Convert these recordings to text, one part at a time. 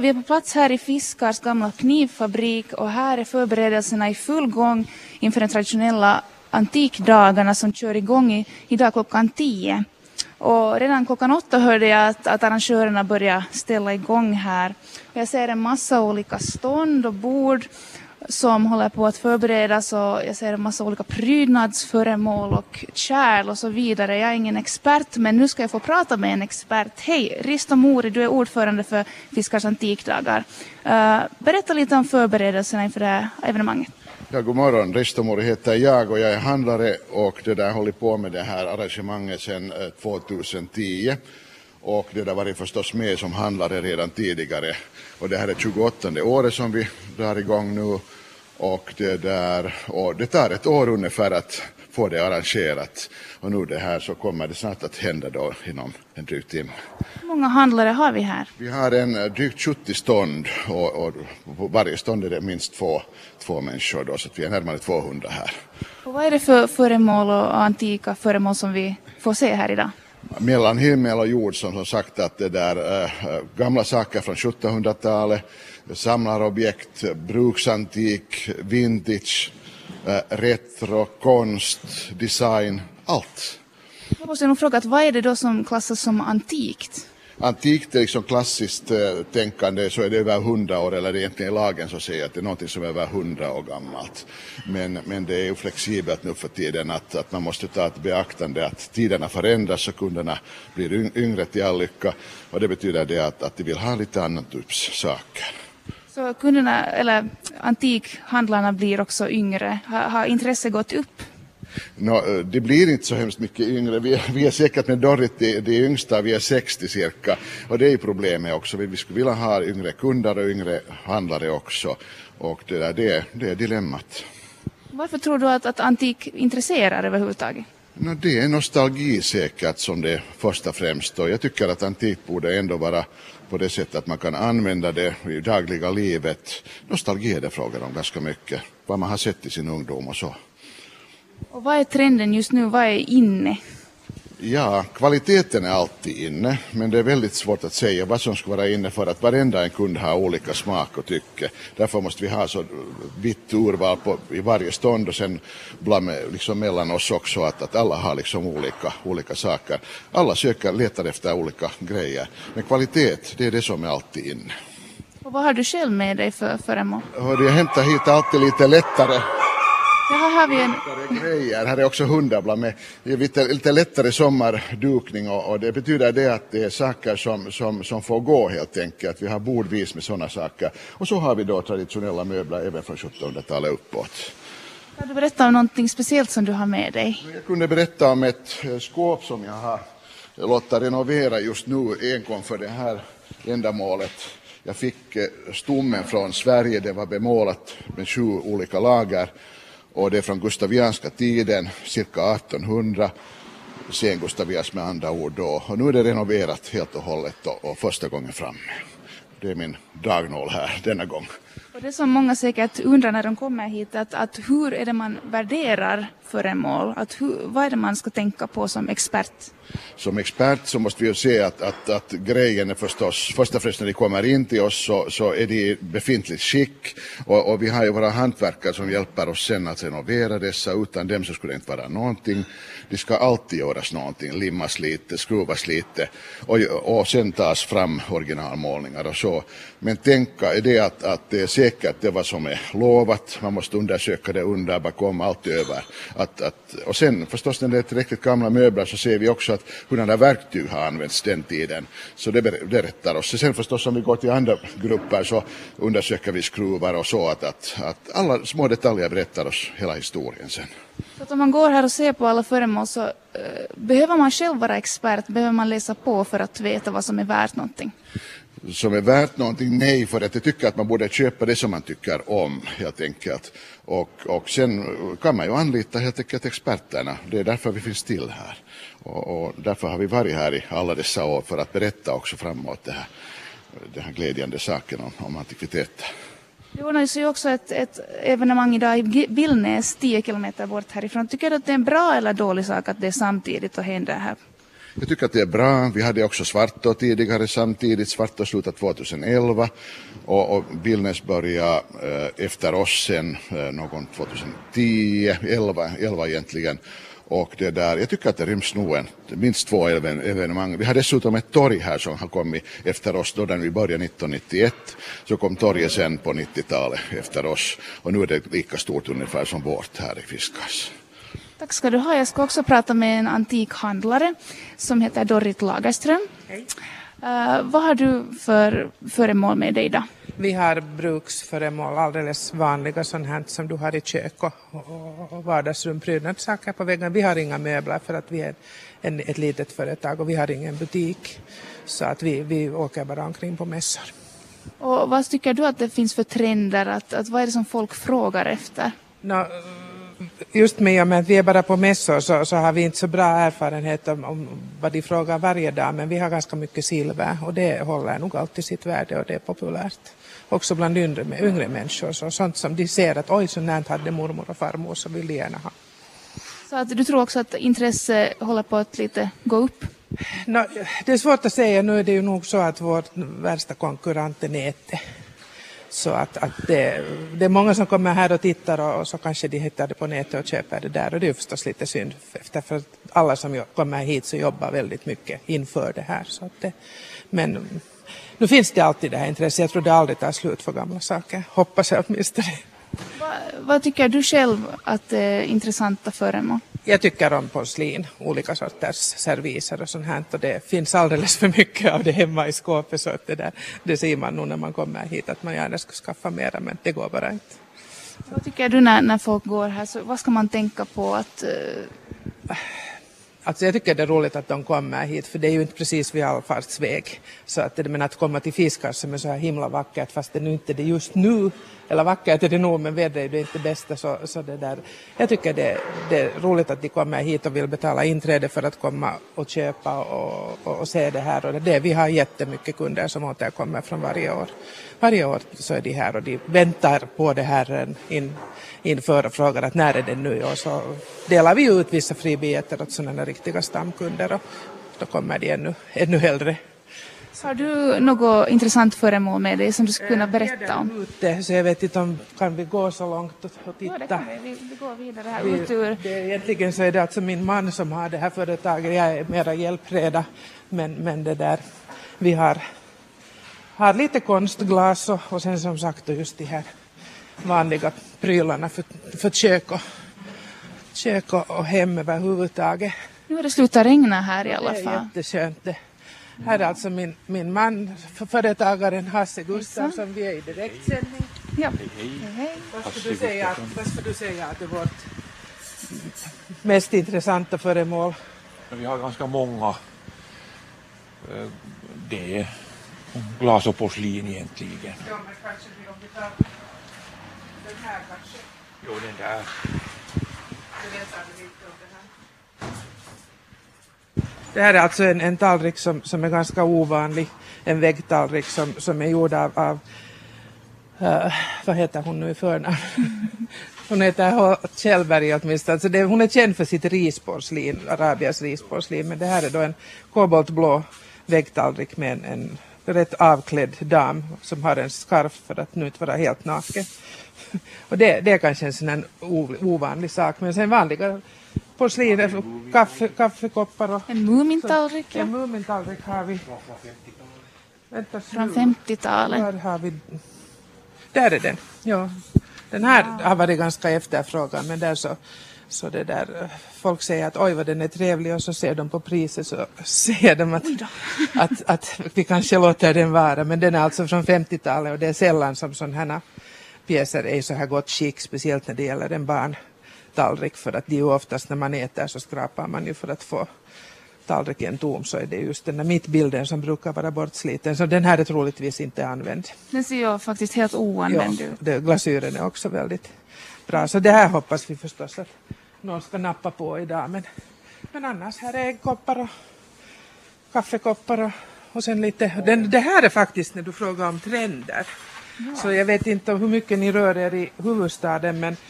Vi är på plats här i Fiskars gamla knivfabrik och här är förberedelserna i full gång inför den traditionella antikdagarna som kör igång idag klockan 10. Och redan klockan 8 hörde jag att arrangörerna börjar ställa igång här. Och jag ser en massa olika stånd och bord som håller på att förberedas och jag ser en massa olika prydnadsföremål och kärl och så vidare. Jag är ingen expert men nu ska jag få prata med en expert. Hej, Risto Mori, du är ordförande för Fiskars antikdagar. Berätta lite om förberedelserna inför det här evenemanget. Ja, god morgon. Risto Mori heter jag och jag är handlare och det där håller på med det här arrangemanget sedan 2010. Och det där var förstås med som handlare redan tidigare. Och det här är 28:e året som vi drar igång nu. Och det tar ett år ungefär att få det arrangerat. Och nu det här så kommer det snart att hända då inom en dryg timme. Hur många handlare har vi här? Vi har en drygt 70 stånd och på varje stånd är det minst två människor då, så att vi är närmare 200 här. Och vad är det för föremål och antika föremål som vi får se här idag? Mellan himmel och jord som sagt att det där gamla saker från 1700-talet, samlarobjekt, bruksantik, vintage, retro, konst, design, allt. Jag måste nog fråga att vad är det då som klassas som antikt? Antikt är liksom klassiskt tänkande, så är det över 100 år, eller egentligen i lagen så säger att det är något som är över 100 år gammalt. Men det är ju flexibelt nu för tiden att man måste ta ett beaktande att tiderna förändras och kunderna blir yngre till all lycka. Och det betyder det att de vill ha lite annan typs saker. Så kunderna, eller antikhandlarna blir också yngre. Har intresset gått upp? Det blir inte så hemskt mycket yngre. Vi är säkert med Dorrit de yngsta, vi är 60 cirka. Och det är ju problemet också. Vi skulle vilja ha yngre kunder och yngre handlare också. Och det är dilemmat. Varför tror du att antik intresserar överhuvudtaget? Det är nostalgi säkert som det första främst. Och jag tycker att antik borde ändå vara på det sättet att man kan använda det i dagliga livet. Nostalgi är det frågan om ganska mycket. Vad man har sett i sin ungdom och så. Och vad är trenden just nu? Vad är inne? Ja, kvaliteten är alltid inne, men det är väldigt svårt att säga vad som ska vara inne för att varenda en kund har olika smak och tycke. Därför måste vi ha så vitt urval i varje stånd och sen liksom mellan oss också att alla har liksom olika saker. Alla letar efter olika grejer, men kvalitet det är det som är alltid inne. Och vad har du själv med dig för föremål? Jag hämtar hit alltid lite lättare. Här har vi grejer. Här är också hundar bland med. Det är lite lättare sommardukning och det betyder det att det är saker som får gå helt enkelt. Vi har bordvis med sådana saker. Och så har vi då traditionella möbler även från 1700-talet uppåt. Kan du berätta om någonting speciellt som du har med dig? Jag kunde berätta om ett skåp som jag har låtit renovera just nu enkom för det här ändamålet. Jag fick stommen från Sverige, det var bemålat med 7 olika lager. Och det är från gustavianska tiden, cirka 1800, sen gustavias med andra ord då. Och nu är det renoverat helt och hållet och första gången framme. Det är min dagnål här denna gång. Och det som många säkert undrar när de kommer hit, att hur är det man värderar föremål? Vad är det man ska tänka på som expert? Som expert så måste vi ju se att grejen är förstås, först och främst när de kommer in till oss så är de i befintligt skick och vi har ju våra hantverkare som hjälper oss sen att renovera dessa. Utan dem så skulle det inte vara någonting. Det ska alltid göras någonting, limmas lite, skruvas lite och sen tas fram originalmålningar och så. Men tänka är det att det är säkert det vad som är lovat. Man måste undersöka det under bakom allt över. Och sen förstås när det är tillräckligt gamla möbler så ser vi också att hurdana verktyg har använts den tiden. Så det berättar oss. Sen förstås om vi går till andra grupper så undersöker vi skruvar och så att alla små detaljer berättar oss hela historien sen. Så att om man går här och ser på alla föremål så behöver man själv vara expert, behöver man läsa på för att veta vad som är värt någonting? Som är värt någonting, nej, för att jag tycker att man borde köpa det som man tycker om helt enkelt. Och sen kan man ju anlita helt enkelt experterna. Det är därför vi finns till här. Och därför har vi varit här i alla dessa år för att berätta också framåt det här glädjande saken om antikviteter. Det ordnas ju också ett evenemang idag i Villnäs 10 kilometer bort härifrån. Tycker du att det är en bra eller dålig sak att det är samtidigt och händer här? Jag tycker att det är bra. Vi hade också Svartå tidigare samtidigt. Svartå slutade 2011 och Billnäs började efter oss sen någon 2010, 11 egentligen. Och det där, jag tycker att det ryms nog minst 2 evenemang. Vi har dessutom ett torg här som har kommit efter oss då, när vi började 1991. Så kom torget sen på 90-talet efter oss. Och nu är det lika stort ungefär som vårt här i Fiskars. Tack ska du ha. Jag ska också prata med en antikhandlare som heter Dorrit Lagerström. Hej. Vad har du för föremål med dig idag? Vi har bruksföremål, alldeles vanliga sånt här som du har i kök och vardagsrum, prydnadssaker på väggen. Vi har inga möbler för att vi är ett litet företag och vi har ingen butik. Så att vi åker bara omkring på mässor. Och vad tycker du att det finns för trender? Att vad är det som folk frågar efter? Just med att vi är bara på mässor så har vi inte så bra erfarenhet om vad de frågar varje dag. Men vi har ganska mycket silver och det håller nog alltid sitt värde och det är populärt. Också bland yngre människor. Så sånt som de ser att oj, så närt hade mormor och farmor, så vill de gärna ha. Så att du tror också att intresse håller på att lite gå upp? Det är svårt att säga. Nu är det ju nog så att vår värsta konkurrent är nätet. Så att det är många som kommer här och tittar och så kanske de hittar det på nätet och köper det där. Och det är förstås lite synd, för att alla som kommer hit så jobbar väldigt mycket inför det här. Så att men nu finns det alltid det här intresset. Jag tror det aldrig tar slut för gamla saker. Hoppas jag åtminstone. Vad tycker du själv att är intressanta föremål? Jag tycker om porslin, olika sorters serviser och sånt här. Och det finns alldeles för mycket av det hemma i skåpet, så att det ser man nog när man kommer hit att man gärna ska skaffa mera, men det går bara inte. Vad tycker du när folk går här? Så vad ska man tänka på att... Alltså jag tycker det är roligt att de kommer hit, för det är ju inte precis vid allfartsväg. Så att komma till Fiskar som är så här himla vackert, fast det nu inte är det just nu, eller vackert är det nog, men vädret är det inte bästa. Så det där. Jag tycker det är roligt att de kommer hit och vill betala inträde för att komma och köpa och se det här. Och vi har jättemycket kunder som återkommer från varje år. Varje år så är de här och de väntar på det här inför och frågar att när är det nu, och så delar vi ut vissa fribiljetter åt sådana riktiga stamkunder och då kommer de ännu hellre. Har du något intressant föremål med dig som du skulle kunna berätta om? Ute, så jag vet inte om kan vi gå så långt och titta. Ja, det kan vi. Vi går vidare här ut ur. Egentligen så är det alltså min man som har det här företaget. Jag är mera hjälpreda, men det där vi har lite konstglas och sen som sagt just de här vanliga prylarna för kök och hem överhuvudtaget. Nu har det slutat regna här i alla fall. Det är jätteskönt. Här är alltså min man, företagaren Hasse Gustafsson. Vi är i direktsändning. Ja. Hej. Vad ska du säga att det är vårt mest intressanta föremål? Vi har ganska många. Det är glas och porslin egentligen. Ja, men kanske om vi tar den här kanske. Jo, den där. Det vet jag lite om det här. Det här är alltså en tallrik som är ganska ovanlig. En väggtallrik som är gjord av vad heter hon nu i förnamn? Hon heter Kjellberg åtminstone. Alltså hon är känd för sitt risporslin, Arabias risporslin. Men det här är då en koboltblå väggtallrik med en rätt avklädd dam som har en skarf för att nu inte vara helt naken. Och det är kanske en sån här ovanlig sak. Men sen vanliga porslin, kaffekoppar och... En Mumintallrik, ja. En Mumintallrik har vi. Från 50-talet. Där har vi... Där är den, ja. Den här har varit ganska efterfrågan, men där så det där, folk säger att oj vad den är trevlig, och så ser de på priset så ser de att vi kanske låter den vara. Men den är alltså från 50-talet och det är sällan som sådana här pjäser är så här gott skick, speciellt när det gäller en barntallrik, för att det är ju oftast när man äter så skrapar man ju för att få tallriken tom, så är det just den där mittbilden som brukar vara bortsliten. Så den här är troligtvis inte använd. Den ser ju faktiskt helt oanvänd ut. Ja, glasyren är också väldigt bra. Så det här hoppas vi förstås att någon ska nappa på idag. Men annars här är äggkoppar och kaffekoppar och sen lite... Det här är faktiskt när du frågar om trender. Ja. Så jag vet inte hur mycket ni rör er i huvudstaden, men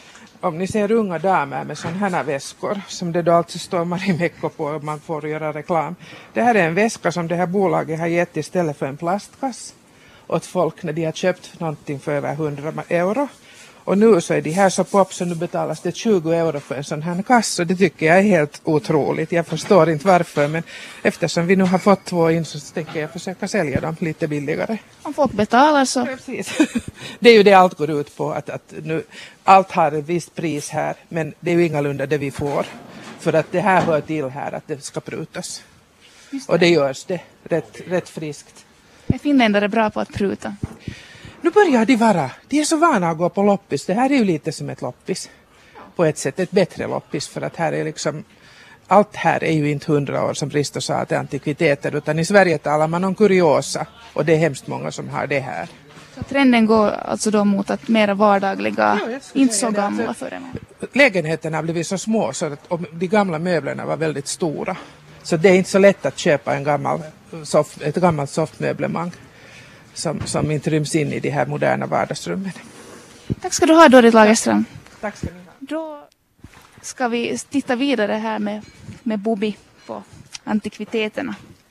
om ni ser unga damer med sådana här väskor som det då alltså står Marimekko på och man får göra reklam. Det här är en väska som det här bolaget har gett istället för en plastkass åt folk när de har köpt någonting för över 100 euro. Och nu så är de här så pop så nu betalas det 20 euro för en sån här kass och det tycker jag är helt otroligt. Jag förstår inte varför men eftersom vi nu har fått 2 in så tänker jag försöka sälja dem lite billigare. Om folk betalar så. Precis. Det är ju det allt går ut på att nu, allt har ett visst pris här men det är ju ingalunda det vi får. För att det här hör till här att det ska prutas. Och det görs det rätt friskt. Jag finländare är bra på att pruta. Nu börjar de är så vana att gå på loppis. Det här är ju lite som ett loppis. På ett sätt ett bättre loppis för att här är liksom, allt här är ju inte 100 år som Risto sa att det är antikviteter utan i Sverige talar man om kuriosa och det är hemskt många som har det här. Så trenden går alltså då mot att mera vardagliga, inte så det, gamla alltså, föremål. Lägenheterna har blivit så små så att de gamla möblerna var väldigt stora. Så det är inte så lätt att köpa ett gammalt softmöblemang. Som inte ryms in i de här moderna vardagsrummen. Tack ska du ha Dorit Lagerström. Tack ska ni ha. Då ska vi titta vidare här med Bobby på antikviteterna.